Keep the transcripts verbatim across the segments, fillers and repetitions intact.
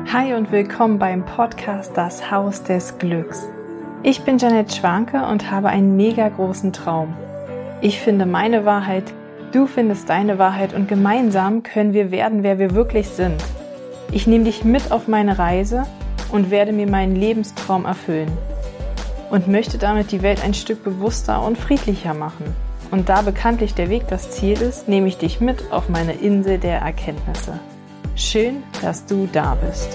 Hi und willkommen beim Podcast Das Haus des Glücks. Ich bin Janet Schwanke und habe einen mega großen Traum. Ich finde meine Wahrheit, du findest deine Wahrheit und gemeinsam können wir werden, wer wir wirklich sind. Ich nehme dich mit auf meine Reise und werde mir meinen Lebenstraum erfüllen und möchte damit die Welt ein Stück bewusster und friedlicher machen. Und da bekanntlich der Weg das Ziel ist, nehme ich dich mit auf meine Insel der Erkenntnisse. Schön, dass du da bist.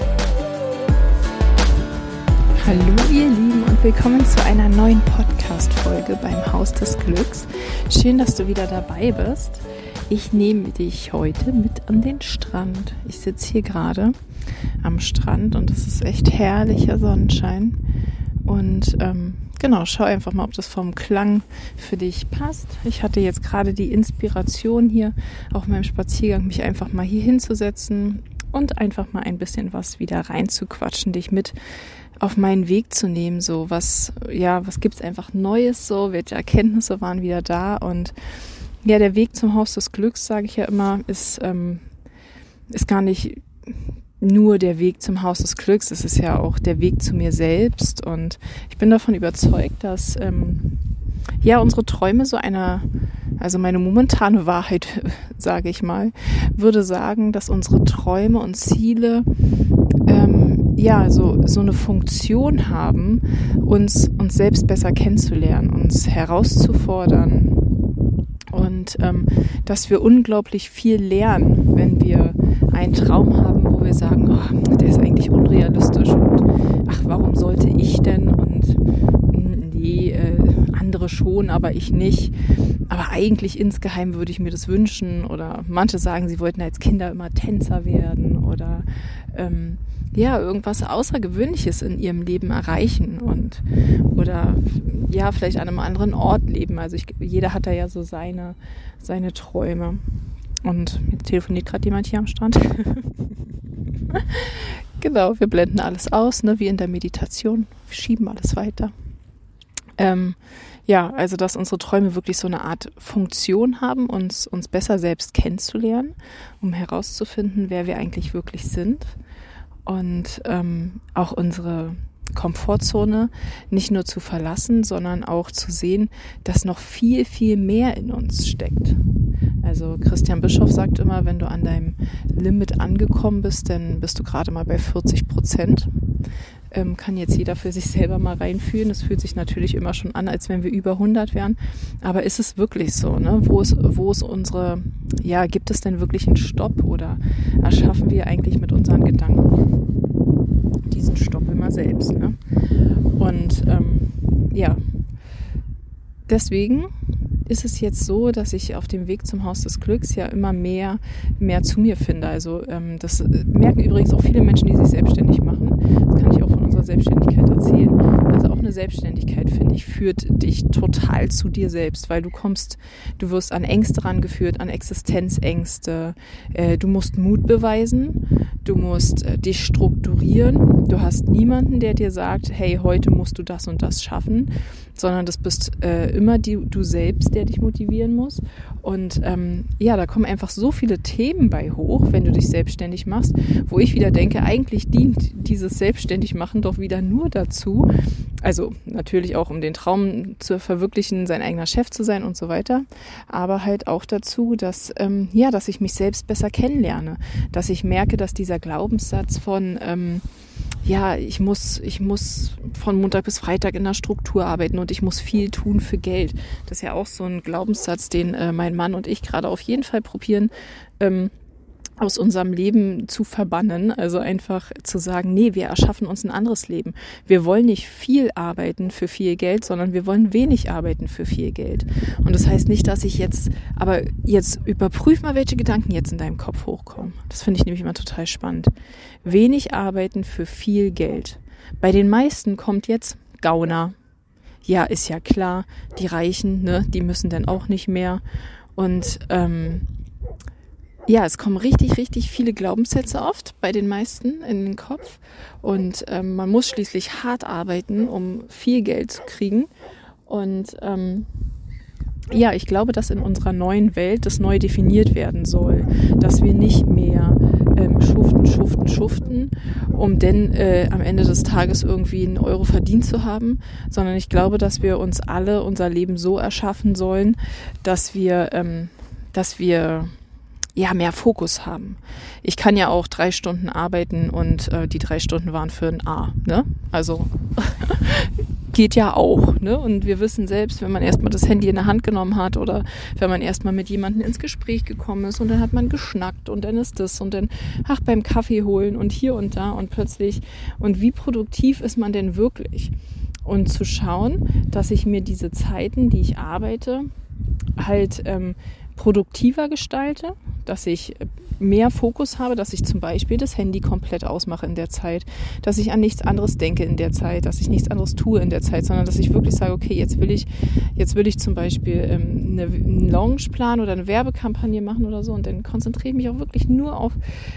Hallo ihr Lieben und willkommen zu einer neuen Podcast-Folge beim Haus des Glücks. Schön, dass du wieder dabei bist. Ich nehme dich heute mit an den Strand. Ich sitze hier gerade am Strand und es ist echt herrlicher Sonnenschein. Und ähm, genau, schau einfach mal, ob das vom Klang für dich passt. Ich hatte jetzt gerade die Inspiration hier auf meinem Spaziergang, mich einfach mal hier hinzusetzen und einfach mal ein bisschen was wieder reinzuquatschen, dich mit auf meinen Weg zu nehmen. So was, ja, was gibt's einfach Neues so? Welche Erkenntnisse waren wieder da? Und ja, der Weg zum Haus des Glücks, sage ich ja immer, ist ähm, ist gar nicht nur der Weg zum Haus des Glücks, es ist ja auch der Weg zu mir selbst und ich bin davon überzeugt, dass ähm, ja unsere Träume so einer, also meine momentane Wahrheit, sage ich mal, würde sagen, dass unsere Träume und Ziele ähm, ja so so eine Funktion haben, uns uns selbst besser kennenzulernen, uns herauszufordern und ähm, dass wir unglaublich viel lernen, wenn wir einen Traum haben, wo wir sagen, oh, der ist eigentlich unrealistisch und ach, warum sollte ich denn und nee, äh, andere schon, aber ich nicht. Aber eigentlich insgeheim würde ich mir das wünschen oder manche sagen, sie wollten als Kinder immer Tänzer werden oder ähm, ja, irgendwas Außergewöhnliches in ihrem Leben erreichen und oder ja, vielleicht an einem anderen Ort leben. Also ich, jeder hat da ja so seine, seine Träume. Und jetzt telefoniert gerade jemand hier am Strand. Genau, wir blenden alles aus, ne, wie in der Meditation. Wir schieben alles weiter. Ähm, ja, also dass unsere Träume wirklich so eine Art Funktion haben, uns, uns besser selbst kennenzulernen, um herauszufinden, wer wir eigentlich wirklich sind. Und ähm, auch unsere Komfortzone nicht nur zu verlassen, sondern auch zu sehen, dass noch viel, viel mehr in uns steckt. Also Christian Bischoff sagt immer, wenn du an deinem Limit angekommen bist, dann bist du gerade mal bei vierzig Prozent. Ähm, kann jetzt jeder für sich selber mal reinfühlen. Das fühlt sich natürlich immer schon an, als wenn wir über hundert wären. Aber ist es wirklich so? Ne? Wo ist, wo ist unsere, ja, gibt es denn wirklich einen Stopp oder erschaffen wir eigentlich mit unseren Gedanken diesen Stopp immer selbst? Ne? Und ähm, ja, deswegen ist es jetzt so, dass ich auf dem Weg zum Haus des Glücks ja immer mehr, mehr zu mir finde. Also ähm, das merken übrigens auch viele Menschen, die sich selbstständig machen. Das kann ich auch von unserer Selbstständigkeit erzählen. Also auch eine Selbstständigkeit, finde ich, führt dich total zu dir selbst, weil du kommst, du wirst an Ängste rangeführt, an Existenzängste. Äh, du musst Mut beweisen, du musst äh, dich strukturieren. Du hast niemanden, der dir sagt, hey, heute musst du das und das schaffen, sondern das bist äh, immer die, du selbst, der dich motivieren muss. Und ähm, ja, da kommen einfach so viele Themen bei hoch, wenn du dich selbstständig machst, wo ich wieder denke, eigentlich dient dieses Selbstständigmachen doch wieder nur dazu, also natürlich auch um den Traum zu verwirklichen, sein eigener Chef zu sein und so weiter, aber halt auch dazu, dass ähm, ja, dass ich mich selbst besser kennenlerne, dass ich merke, dass dieser Glaubenssatz von ähm, ja, ich muss, ich muss von Montag bis Freitag in der Struktur arbeiten und ich muss viel tun für Geld. Das ist ja auch so ein Glaubenssatz, den äh, mein Mann und ich gerade auf jeden Fall probieren, ähm, aus unserem Leben zu verbannen. Also einfach zu sagen, nee, wir erschaffen uns ein anderes Leben. Wir wollen nicht viel arbeiten für viel Geld, sondern wir wollen wenig arbeiten für viel Geld. Und das heißt nicht, dass ich jetzt, aber jetzt überprüf mal, welche Gedanken jetzt in deinem Kopf hochkommen. Das finde ich nämlich immer total spannend. Wenig arbeiten für viel Geld. Bei den meisten kommt jetzt Gauner. Ja, ist ja klar, die Reichen, ne, die müssen dann auch nicht mehr. Und ähm, ja, es kommen richtig, richtig viele Glaubenssätze oft bei den meisten in den Kopf und ähm, man muss schließlich hart arbeiten, um viel Geld zu kriegen und ähm, ja, ich glaube, dass in unserer neuen Welt das neu definiert werden soll, dass wir nicht mehr ähm, schuften, schuften, schuften, um dann äh, am Ende des Tages irgendwie einen Euro verdient zu haben, sondern ich glaube, dass wir uns alle unser Leben so erschaffen sollen, dass wir, ähm, dass wir ja mehr Fokus haben. Ich kann ja auch drei Stunden arbeiten und äh, die drei Stunden waren für ein A, ne? Also geht ja auch, ne? Und wir wissen selbst, wenn man erstmal das Handy in der Hand genommen hat oder wenn man erstmal mit jemandem ins Gespräch gekommen ist und dann hat man geschnackt und dann ist das und dann, ach, beim Kaffee holen und hier und da und plötzlich, und wie produktiv ist man denn wirklich? Und zu schauen, dass ich mir diese Zeiten, die ich arbeite, halt ähm, produktiver gestalte, dass ich mehr Fokus habe, dass ich zum Beispiel das Handy komplett ausmache in der Zeit, dass ich an nichts anderes denke in der Zeit, dass ich nichts anderes tue in der Zeit, sondern dass ich wirklich sage, okay, jetzt will ich, jetzt will ich zum Beispiel ähm, eine, einen Launchplan oder eine Werbekampagne machen oder so und dann konzentriere ich mich auch wirklich nur auf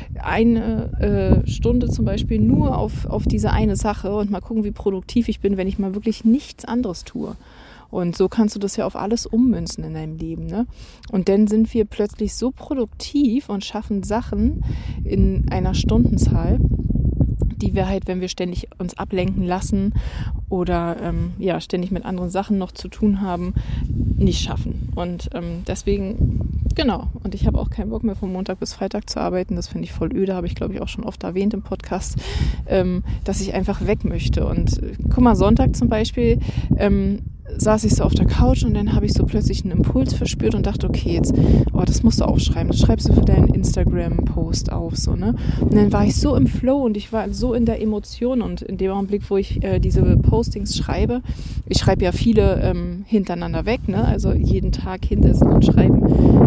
eine äh, Stunde zum Beispiel, nur auf, auf diese eine Sache und mal gucken, wie produktiv ich bin, wenn ich mal wirklich nichts anderes tue. Und so kannst du das ja auf alles ummünzen in deinem Leben, ne? Und dann sind wir plötzlich so produktiv und schaffen Sachen in einer Stundenzahl, die wir halt, wenn wir ständig uns ablenken lassen oder ähm, ja ständig mit anderen Sachen noch zu tun haben, nicht schaffen. Und ähm, deswegen, genau, und ich habe auch keinen Bock mehr von Montag bis Freitag zu arbeiten, das finde ich voll öde, habe ich glaube ich auch schon oft erwähnt im Podcast, ähm, dass ich einfach weg möchte. Und äh, guck mal, Sonntag zum Beispiel, ähm, saß ich so auf der Couch und dann habe ich so plötzlich einen Impuls verspürt und dachte, okay, jetzt, oh, das musst du aufschreiben, das schreibst du für deinen Instagram-Post auf, so, ne? Und dann war ich so im Flow und ich war so in der Emotion und in dem Augenblick, wo ich äh, diese Postings schreibe, ich schreibe ja viele ähm, hintereinander weg, ne? Also jeden Tag hinsetzen und schreiben,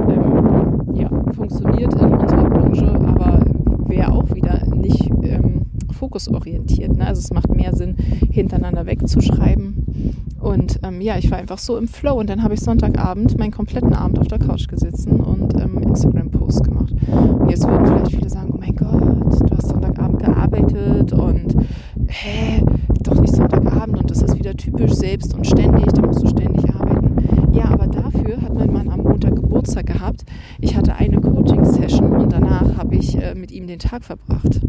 ähm, ja, funktioniert in unserer Branche, aber wäre auch wieder nicht ähm, fokusorientiert, ne? Also es macht mehr Sinn, hintereinander wegzuschreiben. Und ähm, ja, ich war einfach so im Flow und dann habe ich Sonntagabend meinen kompletten Abend auf der Couch gesessen und ähm, Instagram-Posts gemacht. Und jetzt würden vielleicht viele sagen, oh mein Gott, du hast Sonntagabend gearbeitet und hä, doch nicht Sonntagabend und das ist wieder typisch selbst und ständig, da musst du ständig arbeiten. Ja, aber dafür hat mein Mann am Montag Geburtstag gehabt. Ich hatte eine Coaching-Session und danach habe ich äh, mit ihm den Tag verbracht.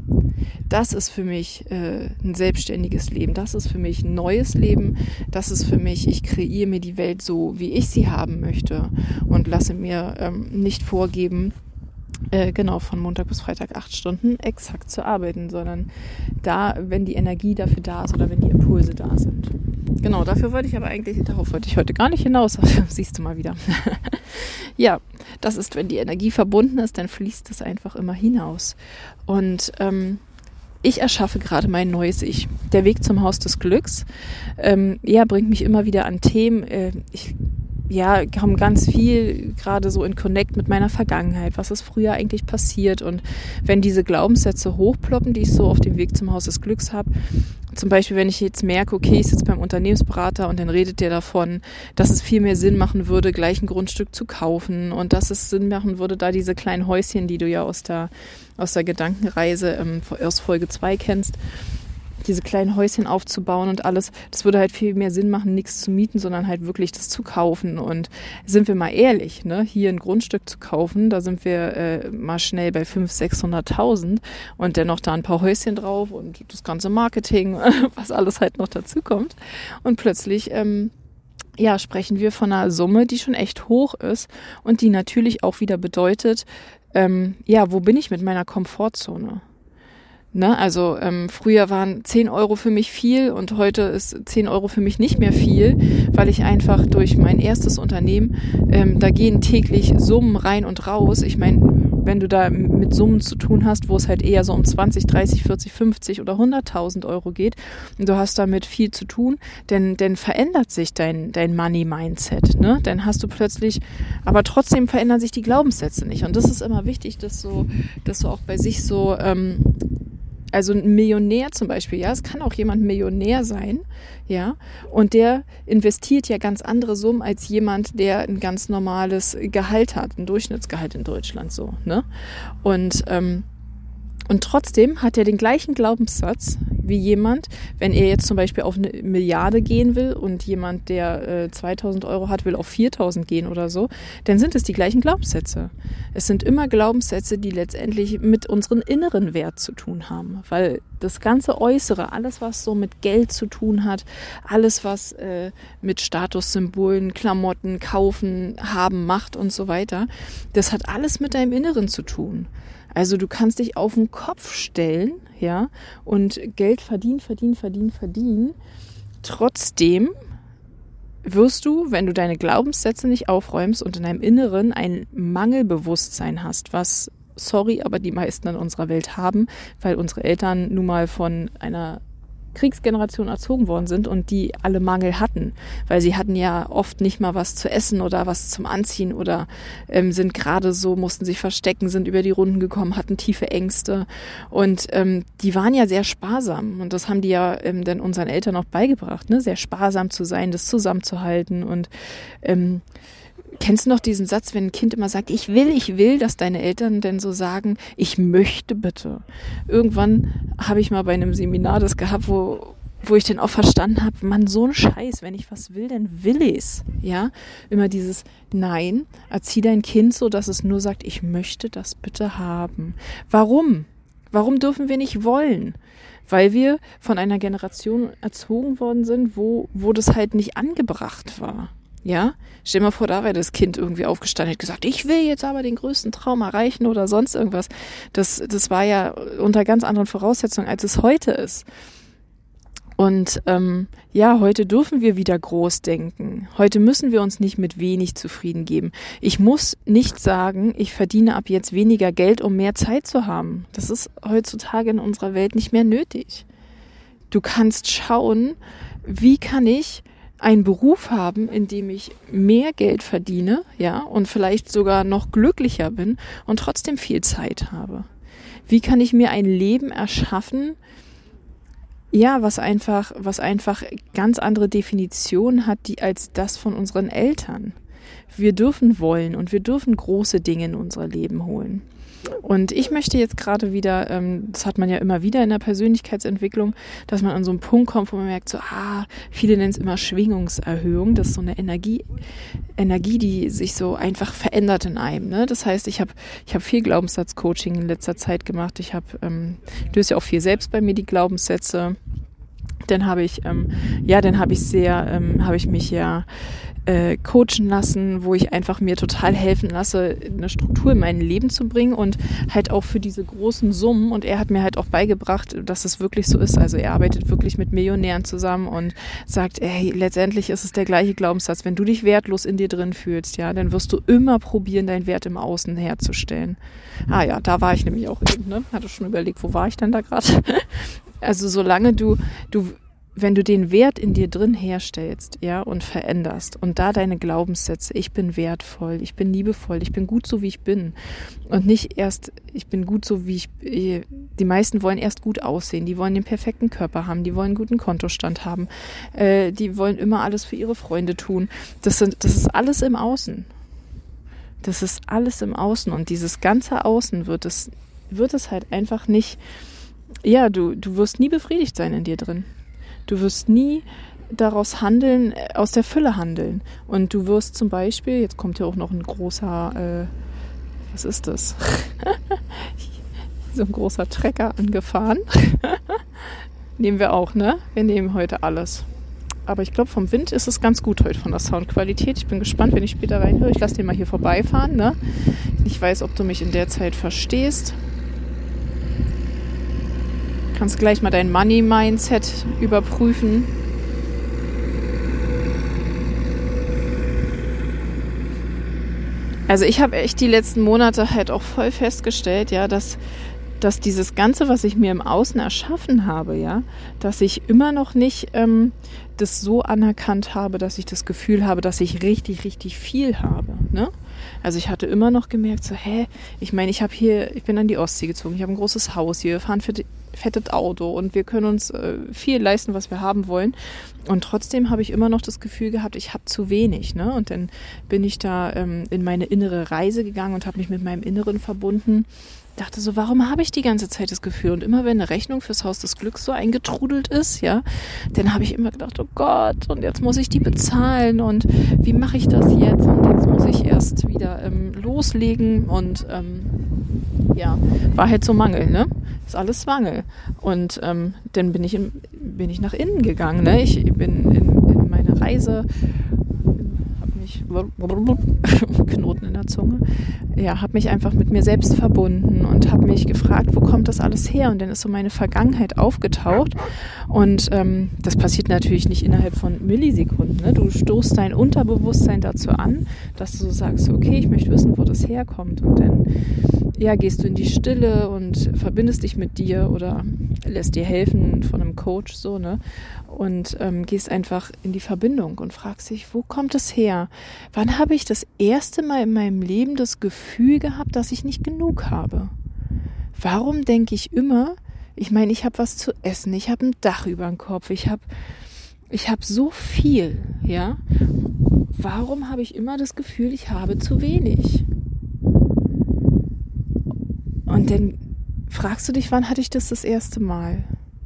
Das ist für mich äh, ein selbstständiges Leben. Das ist für mich ein neues Leben. Das ist für mich, ich kreiere mir die Welt so, wie ich sie haben möchte und lasse mir ähm, nicht vorgeben, äh, genau von Montag bis Freitag acht Stunden exakt zu arbeiten, sondern da, wenn die Energie dafür da ist oder wenn die Impulse da sind. Genau, dafür wollte ich aber eigentlich, darauf wollte ich heute gar nicht hinaus. Siehst du mal wieder. Ja, das ist, wenn die Energie verbunden ist, dann fließt es einfach immer hinaus. Und ähm, ich erschaffe gerade mein neues Ich. Der Weg zum Haus des Glücks, ähm, ja, bringt mich immer wieder an Themen. Äh, ich ja, komme ganz viel gerade so in Connect mit meiner Vergangenheit. Was ist früher eigentlich passiert? Und wenn diese Glaubenssätze hochploppen, die ich so auf dem Weg zum Haus des Glücks habe, zum Beispiel, wenn ich jetzt merke, okay, ich sitze beim Unternehmensberater und dann redet der davon, dass es viel mehr Sinn machen würde, gleich ein Grundstück zu kaufen und dass es Sinn machen würde, da diese kleinen Häuschen, die du ja aus der, aus der Gedankenreise ähm, aus Folge zwei kennst, diese kleinen Häuschen aufzubauen und alles, das würde halt viel mehr Sinn machen, nichts zu mieten, sondern halt wirklich das zu kaufen. Und sind wir mal ehrlich, ne, hier ein Grundstück zu kaufen, da sind wir äh, mal schnell bei fünfhunderttausend, sechshunderttausend und dennoch da ein paar Häuschen drauf und das ganze Marketing, was alles halt noch dazu kommt. Und plötzlich ähm, ja, sprechen wir von einer Summe, die schon echt hoch ist und die natürlich auch wieder bedeutet, ähm, ja, wo bin ich mit meiner Komfortzone? Ne, also ähm, früher waren zehn Euro für mich viel und heute ist zehn Euro für mich nicht mehr viel, weil ich einfach durch mein erstes Unternehmen, ähm, da gehen täglich Summen rein und raus. Ich meine, wenn du da mit Summen zu tun hast, wo es halt eher so um zwanzig, dreißig, vierzig, fünfzig oder hunderttausend Euro geht und du hast damit viel zu tun, denn, denn verändert sich dein, dein Money-Mindset. Ne? Dann hast du plötzlich, aber trotzdem verändern sich die Glaubenssätze nicht. Und das ist immer wichtig, dass so, dass du auch bei sich so... Ähm, Also ein Millionär zum Beispiel, ja, es kann auch jemand Millionär sein, ja, und der investiert ja ganz andere Summen als jemand, der ein ganz normales Gehalt hat, ein Durchschnittsgehalt in Deutschland so, ne? Und ähm, Und trotzdem hat er den gleichen Glaubenssatz wie jemand, wenn er jetzt zum Beispiel auf eine Milliarde gehen will und jemand, der äh, zweitausend Euro hat, will auf viertausend gehen oder so, dann sind es die gleichen Glaubenssätze. Es sind immer Glaubenssätze, die letztendlich mit unserem inneren Wert zu tun haben, weil das ganze Äußere, alles was so mit Geld zu tun hat, alles was äh, mit Statussymbolen, Klamotten, Kaufen, Haben, Macht und so weiter, das hat alles mit deinem Inneren zu tun. Also du kannst dich auf den Kopf stellen, ja, und Geld verdienen, verdienen, verdienen, verdienen. Trotzdem wirst du, wenn du deine Glaubenssätze nicht aufräumst und in deinem Inneren ein Mangelbewusstsein hast, was, sorry, aber die meisten in unserer Welt haben, weil unsere Eltern nun mal von einer Kriegsgeneration erzogen worden sind und die alle Mangel hatten, weil sie hatten ja oft nicht mal was zu essen oder was zum Anziehen oder ähm, sind gerade so, mussten sich verstecken, sind über die Runden gekommen, hatten tiefe Ängste und ähm, die waren ja sehr sparsam und das haben die ja ähm, dann unseren Eltern auch beigebracht, ne? Sehr sparsam zu sein, das zusammenzuhalten und ähm, kennst du noch diesen Satz, wenn ein Kind immer sagt, ich will, ich will, dass deine Eltern denn so sagen, ich möchte bitte. Irgendwann habe ich mal bei einem Seminar das gehabt, wo, wo ich dann auch verstanden habe, Mann, so ein Scheiß, wenn ich was will, dann will ich's. Ja, immer dieses Nein, erzieh dein Kind so, dass es nur sagt, ich möchte das bitte haben. Warum? Warum dürfen wir nicht wollen? Weil wir von einer Generation erzogen worden sind, wo, wo das halt nicht angebracht war. Ja, stell dir mal vor, da wäre das Kind irgendwie aufgestanden, hat gesagt, ich will jetzt aber den größten Traum erreichen oder sonst irgendwas. Das, das war ja unter ganz anderen Voraussetzungen, als es heute ist. Und ähm, ja, heute dürfen wir wieder groß denken. Heute müssen wir uns nicht mit wenig zufrieden geben. Ich muss nicht sagen, ich verdiene ab jetzt weniger Geld, um mehr Zeit zu haben. Das ist heutzutage in unserer Welt nicht mehr nötig. Du kannst schauen, wie kann ich einen Beruf haben, in dem ich mehr Geld verdiene, ja, und vielleicht sogar noch glücklicher bin und trotzdem viel Zeit habe. Wie kann ich mir ein Leben erschaffen, ja, was einfach, was einfach ganz andere Definitionen hat, die als das von unseren Eltern. Wir dürfen wollen und wir dürfen große Dinge in unser Leben holen. Und ich möchte jetzt gerade wieder, ähm, das hat man ja immer wieder in der Persönlichkeitsentwicklung, dass man an so einen Punkt kommt, wo man merkt, so, ah, viele nennen es immer Schwingungserhöhung. Das ist so eine Energie, Energie, die sich so einfach verändert in einem. Ne? Das heißt, ich habe ich hab viel Glaubenssatzcoaching in letzter Zeit gemacht. Ich habe, ähm, löse ja auch viel selbst bei mir die Glaubenssätze. Dann habe ich, ähm, ja, dann habe ich sehr, ähm, habe ich mich ja äh, coachen lassen, wo ich einfach mir total helfen lasse, eine Struktur in mein Leben zu bringen und halt auch für diese großen Summen. Und er hat mir halt auch beigebracht, dass es wirklich so ist. Also er arbeitet wirklich mit Millionären zusammen und sagt, ey, letztendlich ist es der gleiche Glaubenssatz. Wenn du dich wertlos in dir drin fühlst, ja, dann wirst du immer probieren, deinen Wert im Außen herzustellen. Ah ja, da war ich nämlich auch eben, ne? Hatte schon überlegt, wo war ich denn da gerade? Also solange du, du, wenn du den Wert in dir drin herstellst, ja, und veränderst und da deine Glaubenssätze, ich bin wertvoll, ich bin liebevoll, ich bin gut so, wie ich bin und nicht erst, ich bin gut so, wie ich, die meisten wollen erst gut aussehen, die wollen den perfekten Körper haben, die wollen einen guten Kontostand haben, äh, die wollen immer alles für ihre Freunde tun. Das sind, das ist alles im Außen. Das ist alles im Außen und dieses ganze Außen wird es, wird es halt einfach nicht. Ja, du, du wirst nie befriedigt sein in dir drin. Du wirst nie daraus handeln, aus der Fülle handeln. Und du wirst zum Beispiel, jetzt kommt hier auch noch ein großer, äh, was ist das? So ein großer Trecker angefahren. Nehmen wir auch, ne? Wir nehmen heute alles. Aber ich glaube, vom Wind ist es ganz gut heute von der Soundqualität. Ich bin gespannt, wenn ich später reinhöre. Ich lasse den mal hier vorbeifahren, ne? Ich weiß, ob du mich in der Zeit verstehst. Kannst gleich mal dein Money-Mindset überprüfen. Also ich habe echt die letzten Monate halt auch voll festgestellt, ja, dass, dass dieses Ganze, was ich mir im Außen erschaffen habe, ja, dass ich immer noch nicht ähm, das so anerkannt habe, dass ich das Gefühl habe, dass ich richtig, richtig viel habe, ne? Also ich hatte immer noch gemerkt, so, hä, ich meine, ich habe hier, ich bin an die Ostsee gezogen, ich habe ein großes Haus hier, wir fahren fette, fettes Auto und wir können uns äh, viel leisten, was wir haben wollen. Und trotzdem habe ich immer noch das Gefühl gehabt, ich habe zu wenig, ne? Und dann bin ich da ähm, in meine innere Reise gegangen und habe mich mit meinem Inneren verbunden dachte so, warum habe ich die ganze Zeit das Gefühl? Und immer wenn eine Rechnung fürs Haus des Glücks so eingetrudelt ist, ja, dann habe ich immer gedacht, oh Gott, und jetzt muss ich die bezahlen und wie mache ich das jetzt? Und jetzt muss ich erst wieder ähm, loslegen und ähm, ja, war halt so Mangel, ne? Ist alles Mangel. Und ähm, dann bin ich, in, bin ich nach innen gegangen, ne? Ich bin in, in meine Reise, habe mich Knoten in der Zunge, ja, habe mich einfach mit mir selbst verbunden und habe mich gefragt, wo kommt das alles her? Und dann ist so meine Vergangenheit aufgetaucht und ähm, das passiert natürlich nicht innerhalb von Millisekunden, ne? Du stoßt dein Unterbewusstsein dazu an, dass du so sagst, okay, ich möchte wissen, wo das herkommt und dann ja, gehst du in die Stille und verbindest dich mit dir oder lässt dir helfen von einem Coach, so, ne? Und ähm, gehst einfach in die Verbindung und fragst dich, wo kommt es her? Wann habe ich das erste Mal in meinem Leben das Gefühl gehabt, dass ich nicht genug habe? Warum denke ich immer, ich meine, ich habe was zu essen, ich habe ein Dach über dem Kopf, ich habe ich habe so viel, ja? Warum habe ich immer das Gefühl, ich habe zu wenig? Und dann fragst du dich, wann hatte ich das das erste Mal?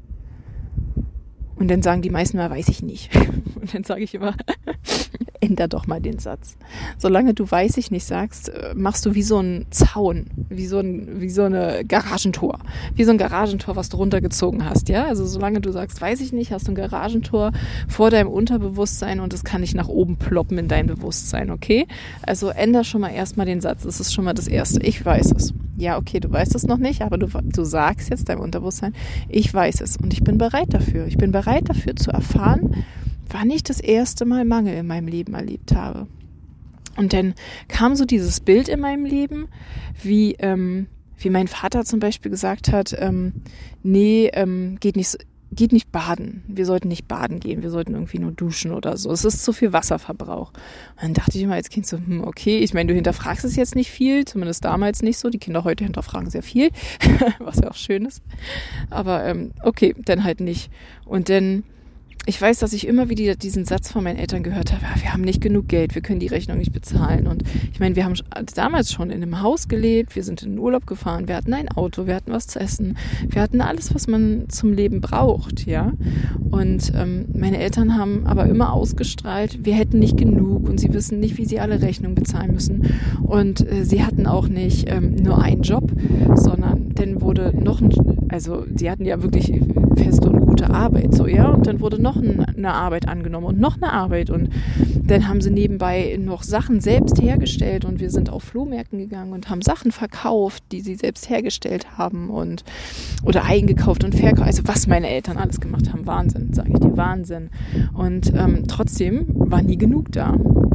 Und dann sagen die meisten mal, weiß ich nicht. Und dann sage ich immer, änder doch mal den Satz. Solange du weiß ich nicht sagst, machst du wie so ein Zaun, wie so ein, wie so eine Garagentor. Wie so ein Garagentor, was du runtergezogen hast, ja? Also solange du sagst, weiß ich nicht, hast du ein Garagentor vor deinem Unterbewusstsein und es kann nicht nach oben ploppen in dein Bewusstsein, okay? Also änder schon mal erstmal den Satz. Das ist schon mal das Erste. Ich weiß es. Ja, okay, du weißt es noch nicht, aber du, du sagst jetzt deinem Unterbewusstsein, ich weiß es und ich bin bereit dafür. Ich bin bereit dafür zu erfahren, wann ich das erste Mal Mangel in meinem Leben erlebt habe. Und dann kam so dieses Bild in meinem Leben, wie, ähm, wie mein Vater zum Beispiel gesagt hat, ähm, nee, ähm, geht nicht so, geht nicht baden. Wir sollten nicht baden gehen. Wir sollten irgendwie nur duschen oder so. Es ist zu viel Wasserverbrauch. Und dann dachte ich immer als Kind so, hm, okay, ich meine, du hinterfragst es jetzt nicht viel, zumindest damals nicht so. Die Kinder heute hinterfragen sehr viel, was ja auch schön ist. Aber ähm, okay, dann halt nicht. Und dann, ich weiß, dass ich immer wieder diesen Satz von meinen Eltern gehört habe, ja, wir haben nicht genug Geld, wir können die Rechnung nicht bezahlen. Und ich meine, wir haben damals schon in einem Haus gelebt, wir sind in den Urlaub gefahren, wir hatten ein Auto, wir hatten was zu essen, wir hatten alles, was man zum Leben braucht, ja. Und ähm, meine Eltern haben aber immer ausgestrahlt, wir hätten nicht genug und sie wissen nicht, wie sie alle Rechnungen bezahlen müssen. Und äh, sie hatten auch nicht ähm, nur einen Job, sondern dann wurde noch ein, also sie hatten ja wirklich feste und gute Arbeit, so, ja, und dann wurde noch eine Arbeit angenommen und noch eine Arbeit und dann haben sie nebenbei noch Sachen selbst hergestellt und wir sind auf Flohmärkten gegangen und haben Sachen verkauft, die sie selbst hergestellt haben und oder eingekauft und verkauft, also was meine Eltern alles gemacht haben, Wahnsinn, sage ich dir, Wahnsinn. Und ähm, trotzdem war nie genug da.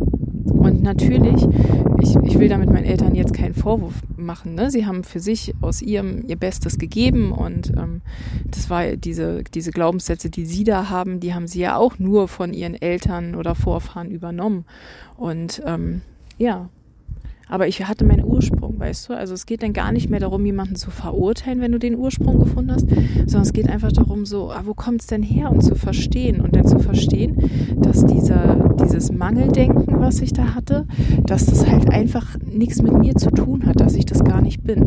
Und natürlich, ich, ich will damit meinen Eltern jetzt keinen Vorwurf machen, ne? Sie haben für sich aus ihrem ihr Bestes gegeben und ähm, das war diese, diese Glaubenssätze, die sie da haben, die haben sie ja auch nur von ihren Eltern oder Vorfahren übernommen. Und ähm, ja, aber ich hatte meinen Ursprung, weißt du? Also es geht dann gar nicht mehr darum, jemanden zu verurteilen, wenn du den Ursprung gefunden hast, sondern es geht einfach darum, so, ah, wo kommt es denn her? Und zu verstehen und dann zu verstehen, dass dieser, dieses Mangeldenken, was ich da hatte, dass das halt einfach nichts mit mir zu tun hat, dass ich das gar nicht bin.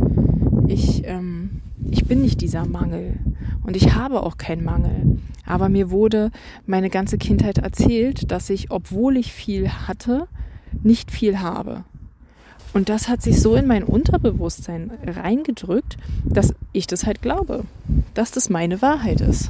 Ich, ähm, ich bin nicht dieser Mangel und ich habe auch keinen Mangel. Aber mir wurde meine ganze Kindheit erzählt, dass ich, obwohl ich viel hatte, nicht viel habe. Und das hat sich so in mein Unterbewusstsein reingedrückt, dass ich das halt glaube, dass das meine Wahrheit ist.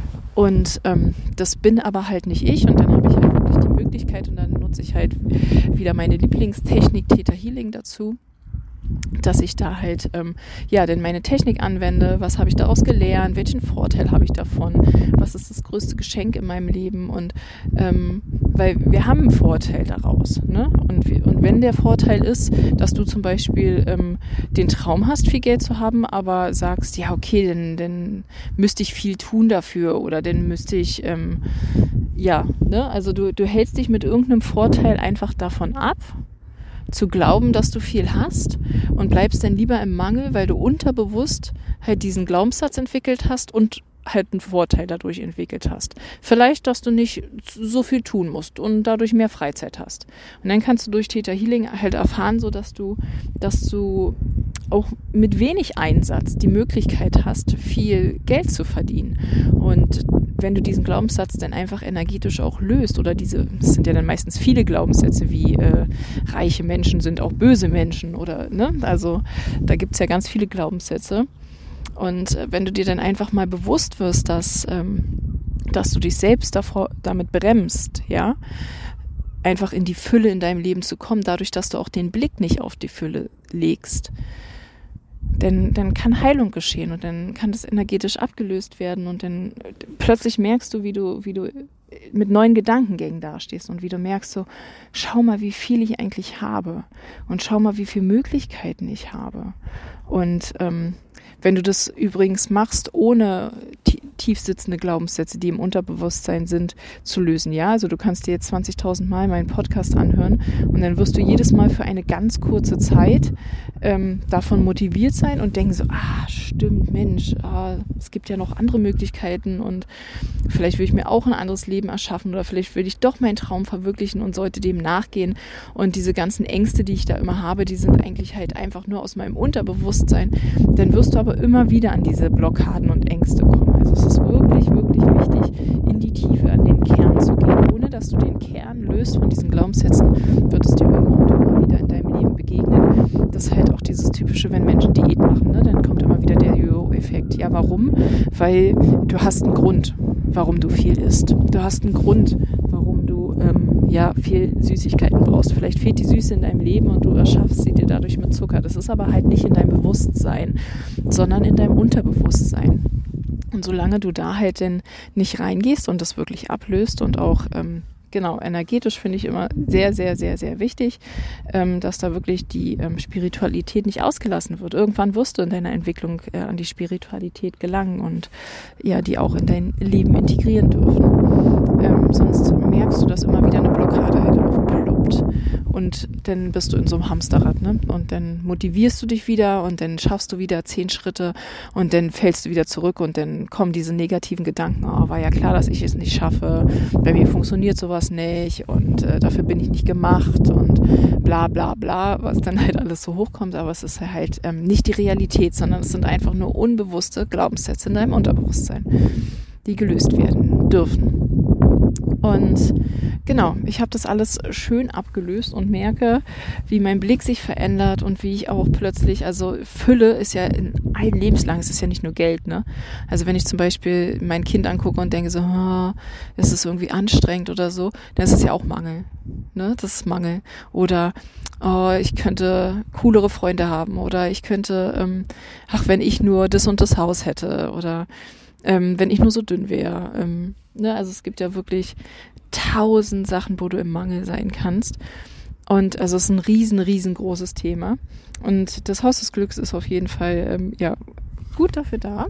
Und ähm, das bin aber halt nicht ich. Und dann habe ich halt wirklich die Möglichkeit und dann nutze ich halt wieder meine Lieblingstechnik Theta Healing dazu, dass ich da halt, ähm, ja, denn meine Technik anwende, was habe ich daraus gelernt, welchen Vorteil habe ich davon, was ist das größte Geschenk in meinem Leben und ähm, weil wir haben einen Vorteil daraus, ne? Und, und wenn der Vorteil ist, dass du zum Beispiel ähm, den Traum hast, viel Geld zu haben, aber sagst, ja, okay, dann, dann müsste ich viel tun dafür oder dann müsste ich, ähm, ja, ne? Also du, du hältst dich mit irgendeinem Vorteil einfach davon ab, zu glauben, dass du viel hast und bleibst dann lieber im Mangel, weil du unterbewusst halt diesen Glaubenssatz entwickelt hast und halt einen Vorteil dadurch entwickelt hast. Vielleicht, dass du nicht so viel tun musst und dadurch mehr Freizeit hast. Und dann kannst du durch Theta Healing halt erfahren, so dass du, dass du auch mit wenig Einsatz die Möglichkeit hast, viel Geld zu verdienen. Und wenn du diesen Glaubenssatz dann einfach energetisch auch löst, oder diese, das sind ja dann meistens viele Glaubenssätze, wie äh, reiche Menschen sind auch böse Menschen, oder, ne, also da gibt es ja ganz viele Glaubenssätze. Und äh, wenn du dir dann einfach mal bewusst wirst, dass, ähm, dass du dich selbst davor, damit bremst, ja, einfach in die Fülle in deinem Leben zu kommen, dadurch, dass du auch den Blick nicht auf die Fülle legst, Denn, dann kann Heilung geschehen und dann kann das energetisch abgelöst werden und dann plötzlich merkst du, wie du, wie du mit neuen Gedankengängen dastehst und wie du merkst so, schau mal, wie viel ich eigentlich habe und schau mal, wie viele Möglichkeiten ich habe. Und ähm, wenn du das übrigens machst, ohne t- tief sitzende Glaubenssätze, die im Unterbewusstsein sind, zu lösen, ja, also du kannst dir jetzt zwanzigtausend Mal meinen Podcast anhören und dann wirst du jedes Mal für eine ganz kurze Zeit ähm, davon motiviert sein und denken so, ah, stimmt, Mensch, ah, es gibt ja noch andere Möglichkeiten und vielleicht will ich mir auch ein anderes Leben erschaffen oder vielleicht will ich doch meinen Traum verwirklichen und sollte dem nachgehen. Und diese ganzen Ängste, die ich da immer habe, die sind eigentlich halt einfach nur aus meinem Unterbewusstsein. Dann wirst du aber immer wieder an diese Blockaden und Ängste kommen. Also es ist wirklich, wirklich wichtig, in die Tiefe, an den Kern zu gehen. Ohne dass du den Kern löst von diesen Glaubenssätzen, wird es dir immer und immer wieder in deinem Leben begegnen. Das ist halt auch dieses typische, wenn Menschen Diät machen, ne? Dann kommt immer wieder der Jojo-Effekt. Ja, warum? Weil du hast einen Grund, warum du viel isst. Du hast einen Grund, warum du ähm, ja viel Süßigkeiten brauchst. Vielleicht fehlt die Süße in deinem Leben und du erschaffst sie dir dadurch mit Zucker. Das ist aber halt nicht in deinem Bewusstsein, sondern in deinem Unterbewusstsein. Und solange du da halt denn nicht reingehst und das wirklich ablöst und auch ähm, genau, energetisch finde ich immer sehr, sehr, sehr, sehr wichtig, ähm, dass da wirklich die ähm, Spiritualität nicht ausgelassen wird. Irgendwann wirst du in deiner Entwicklung äh, an die Spiritualität gelangen und ja, die auch in dein Leben integrieren dürfen. Ähm, sonst merkst du, dass immer wieder eine Blockade halt aufploppt und dann bist du in so einem Hamsterrad, ne? Und dann motivierst du dich wieder und dann schaffst du wieder zehn Schritte und dann fällst du wieder zurück und dann kommen diese negativen Gedanken, oh, war ja klar, dass ich es nicht schaffe, bei mir funktioniert sowas nicht und äh, dafür bin ich nicht gemacht und bla bla bla, was dann halt alles so hochkommt, aber es ist halt ähm, nicht die Realität, sondern es sind einfach nur unbewusste Glaubenssätze in deinem Unterbewusstsein, die gelöst werden dürfen. Und genau, ich habe das alles schön abgelöst und merke, wie mein Blick sich verändert und wie ich auch plötzlich, also Fülle ist ja in allen Lebenslagen, es ist ja nicht nur Geld, ne? Also wenn ich zum Beispiel mein Kind angucke und denke so, oh, ist es irgendwie anstrengend oder so, dann ist es ja auch Mangel, ne? Das ist Mangel. Oder oh, ich könnte coolere Freunde haben oder ich könnte, ähm, ach, wenn ich nur das und das Haus hätte oder ähm, wenn ich nur so dünn wäre, ähm, ne? Also es gibt ja wirklich tausend Sachen, wo du im Mangel sein kannst. Und also es ist ein riesen, riesengroßes Thema. Und das Haus des Glücks ist auf jeden Fall ähm, ja gut dafür da,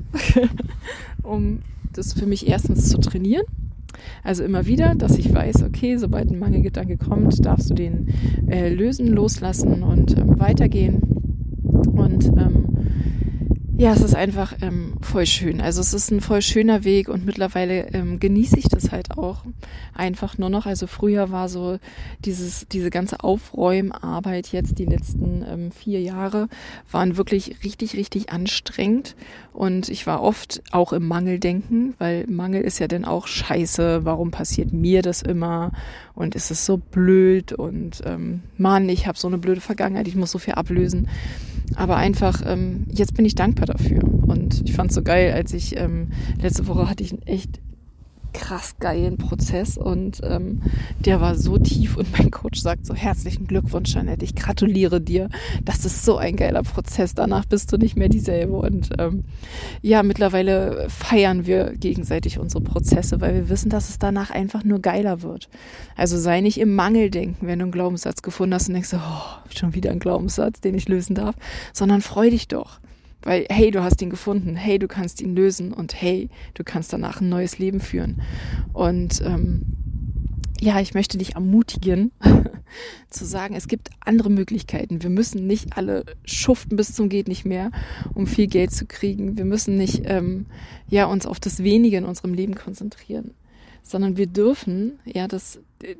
um das für mich erstens zu trainieren. Also immer wieder, dass ich weiß, okay, sobald ein Mangelgedanke kommt, darfst du den äh, lösen, loslassen und ähm, weitergehen. Und ähm, ja, es ist einfach ähm, voll schön. Also es ist ein voll schöner Weg und mittlerweile ähm, genieße ich das halt auch einfach nur noch. Also früher war so dieses diese ganze Aufräumarbeit jetzt, die letzten ähm, vier Jahre, waren wirklich richtig, richtig anstrengend. Und ich war oft auch im Mangeldenken, weil Mangel ist ja dann auch scheiße. Warum passiert mir das immer? Und ist es so blöd? Und ähm, Mann, ich habe so eine blöde Vergangenheit, ich muss so viel ablösen. Aber einfach, ähm, jetzt bin ich dankbar dafür. Und ich fand es so geil, als ich, ähm, letzte Woche hatte ich einen echt krass geilen Prozess und ähm, der war so tief und mein Coach sagt so, herzlichen Glückwunsch, Jeanette, ich gratuliere dir. Das ist so ein geiler Prozess, danach bist du nicht mehr dieselbe. Und ähm, ja, mittlerweile feiern wir gegenseitig unsere Prozesse, weil wir wissen, dass es danach einfach nur geiler wird. Also sei nicht im Mangel denken, wenn du einen Glaubenssatz gefunden hast und denkst so, oh, schon wieder ein Glaubenssatz, den ich lösen darf, sondern freu dich doch. Weil, hey, du hast ihn gefunden, hey, du kannst ihn lösen und hey, du kannst danach ein neues Leben führen. Und ähm, ja, ich möchte dich ermutigen, zu sagen, es gibt andere Möglichkeiten. Wir müssen nicht alle schuften bis zum geht nicht mehr, um viel Geld zu kriegen. Wir müssen nicht ähm, ja, uns auf das Wenige in unserem Leben konzentrieren, sondern wir dürfen ja das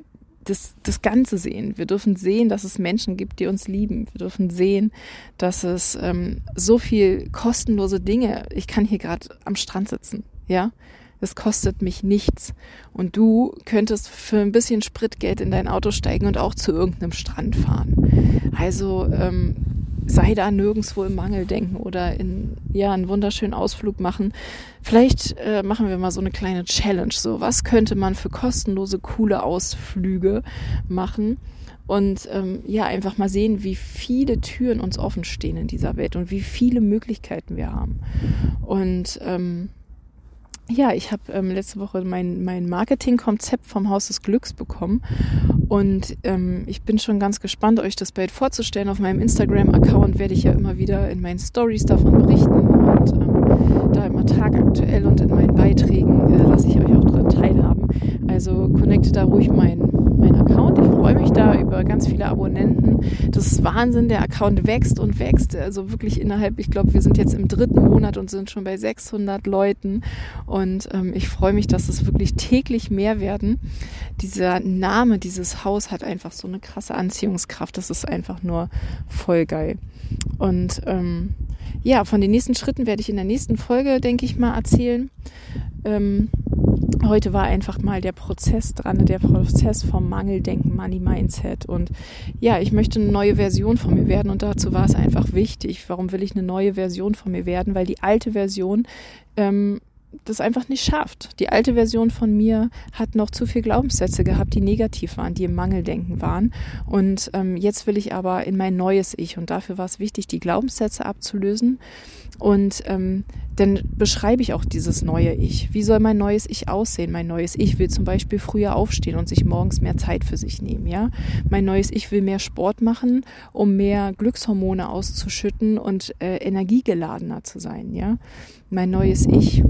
das, das Ganze sehen. Wir dürfen sehen, dass es Menschen gibt, die uns lieben. Wir dürfen sehen, dass es ähm, so viel kostenlose Dinge, ich kann hier gerade am Strand sitzen, ja, das kostet mich nichts. Und du könntest für ein bisschen Spritgeld in dein Auto steigen und auch zu irgendeinem Strand fahren. Also ähm, sei da nirgendwo im Mangel denken oder in ja einen wunderschönen Ausflug machen. Vielleicht äh, machen wir mal so eine kleine Challenge. So, was könnte man für kostenlose, coole Ausflüge machen? Und ähm, ja, einfach mal sehen, wie viele Türen uns offen stehen in dieser Welt und wie viele Möglichkeiten wir haben. Und ähm, ja, ich habe ähm, letzte Woche mein, mein Marketingkonzept vom Haus des Glücks bekommen und ähm, ich bin schon ganz gespannt, euch das bald vorzustellen. Auf meinem Instagram-Account werde ich ja immer wieder in meinen Stories davon berichten und ähm, da immer tagaktuell und in meinen Beiträgen äh, lasse ich euch auch dran teilhaben. Also connecte da ruhig meinen mein Account. Ich freue mich da über ganz viele Abonnenten. Das ist Wahnsinn, der Account wächst und wächst. Also wirklich innerhalb, ich glaube, wir sind jetzt im dritten Monat und sind schon bei sechshundert Leuten. Und ähm, ich freue mich, dass es wirklich täglich mehr werden. Dieser Name, dieses Haus hat einfach so eine krasse Anziehungskraft. Das ist einfach nur voll geil. Und ähm, ja, von den nächsten Schritten werde ich in der nächsten Folge, denke ich mal, erzählen. Ähm, Heute war einfach mal der Prozess dran, der Prozess vom Mangeldenken, Money Mindset. Und ja, ich möchte eine neue Version von mir werden und dazu war es einfach wichtig. Warum will ich eine neue Version von mir werden? Weil die alte Version ähm, das einfach nicht schafft. Die alte Version von mir hat noch zu viel Glaubenssätze gehabt, die negativ waren, die im Mangeldenken waren. Und ähm, jetzt will ich aber in mein neues Ich. Und dafür war es wichtig, die Glaubenssätze abzulösen. Und ähm, dann beschreibe ich auch dieses neue Ich. Wie soll mein neues Ich aussehen? Mein neues Ich will zum Beispiel früher aufstehen und sich morgens mehr Zeit für sich nehmen. Ja? Mein neues Ich will mehr Sport machen, um mehr Glückshormone auszuschütten und äh, energiegeladener zu sein. Ja? Mein neues Ich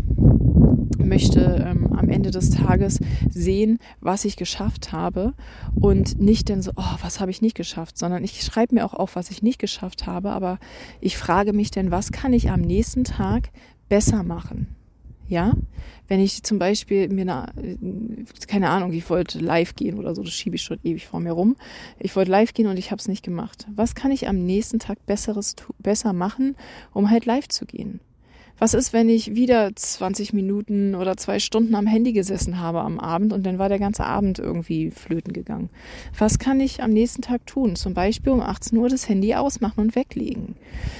möchte ähm, am Ende des Tages sehen, was ich geschafft habe und nicht dann so, oh, was habe ich nicht geschafft, sondern ich schreibe mir auch auf, was ich nicht geschafft habe, aber ich frage mich dann, was kann ich am nächsten Tag besser machen? Ja, wenn ich zum Beispiel mir eine, keine Ahnung, ich wollte live gehen oder so, das schiebe ich schon ewig vor mir rum. Ich wollte live gehen und ich habe es nicht gemacht. Was kann ich am nächsten Tag besseres, besser machen, um halt live zu gehen? Was ist, wenn ich wieder zwanzig Minuten oder zwei Stunden am Handy gesessen habe am Abend und dann war der ganze Abend irgendwie flöten gegangen? Was kann ich am nächsten Tag tun? Zum Beispiel um achtzehn Uhr das Handy ausmachen und weglegen.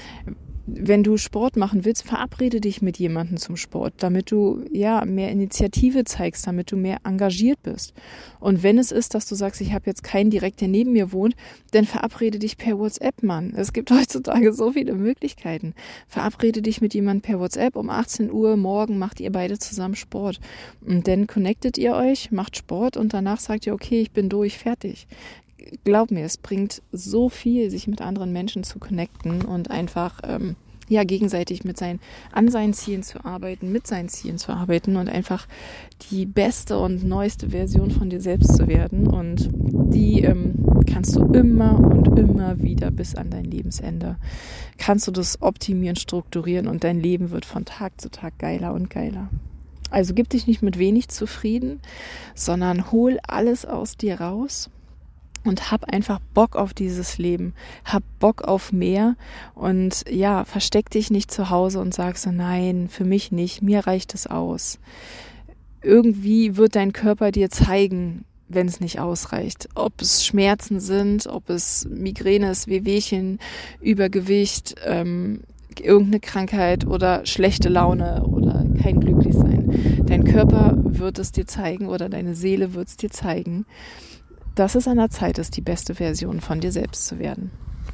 Wenn du Sport machen willst, verabrede dich mit jemandem zum Sport, damit du ja mehr Initiative zeigst, damit du mehr engagiert bist. Und wenn es ist, dass du sagst, ich habe jetzt keinen direkt, der neben mir wohnt, dann verabrede dich per WhatsApp, Mann. Es gibt heutzutage so viele Möglichkeiten. Verabrede dich mit jemandem per WhatsApp um achtzehn Uhr, morgen macht ihr beide zusammen Sport. Und dann connectet ihr euch, macht Sport und danach sagt ihr, okay, ich bin durch, fertig. Glaub mir, es bringt so viel, sich mit anderen Menschen zu connecten und einfach ähm, ja gegenseitig mit seinen, an seinen Zielen zu arbeiten, mit seinen Zielen zu arbeiten und einfach die beste und neueste Version von dir selbst zu werden. Und die ähm, kannst du immer und immer wieder bis an dein Lebensende. Kannst du das optimieren, strukturieren und dein Leben wird von Tag zu Tag geiler und geiler. Also gib dich nicht mit wenig zufrieden, sondern hol alles aus dir raus. Und hab einfach Bock auf dieses Leben, hab Bock auf mehr und ja, versteck dich nicht zu Hause und sag so, nein, für mich nicht, mir reicht es aus. Irgendwie wird dein Körper dir zeigen, wenn es nicht ausreicht. Ob es Schmerzen sind, ob es Migräne ist, Wehwehchen, Übergewicht, ähm, irgendeine Krankheit oder schlechte Laune oder kein Glücklichsein. Dein Körper wird es dir zeigen oder deine Seele wird es dir zeigen, dass es an der Zeit ist, die beste Version von dir selbst zu werden.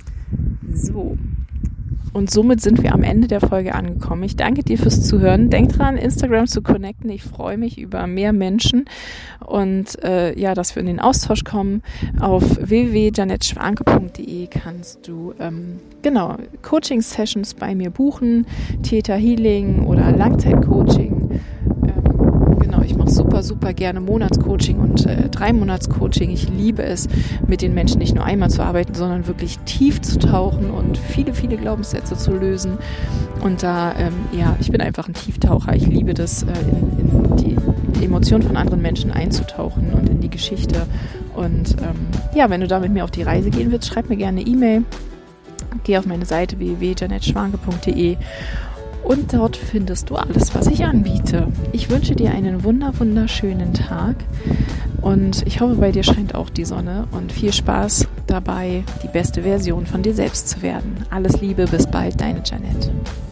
So. Und somit sind wir am Ende der Folge angekommen. Ich danke dir fürs Zuhören. Denk dran, Instagram zu connecten. Ich freue mich über mehr Menschen und äh, ja, dass wir in den Austausch kommen. Auf w w w punkt janette schwanke punkt d e kannst du ähm, genau Coaching-Sessions bei mir buchen, Theta Healing oder Langzeit-Coaching. Ich mache super, super gerne Monatscoaching und äh, Drei-Monats-Coaching. Ich liebe es, mit den Menschen nicht nur einmal zu arbeiten, sondern wirklich tief zu tauchen und viele, viele Glaubenssätze zu lösen. Und da, ähm, ja, ich bin einfach ein Tieftaucher. Ich liebe das, äh, in, in die Emotionen von anderen Menschen einzutauchen und in die Geschichte. Und ähm, ja, wenn du da mit mir auf die Reise gehen willst, schreib mir gerne eine E-Mail. Geh auf meine Seite w w w punkt janette schwanke punkt d e und dort findest du alles, was ich anbiete. Ich wünsche dir einen wunder, wunderschönen Tag und ich hoffe, bei dir scheint auch die Sonne und viel Spaß dabei, die beste Version von dir selbst zu werden. Alles Liebe, bis bald, deine Janette.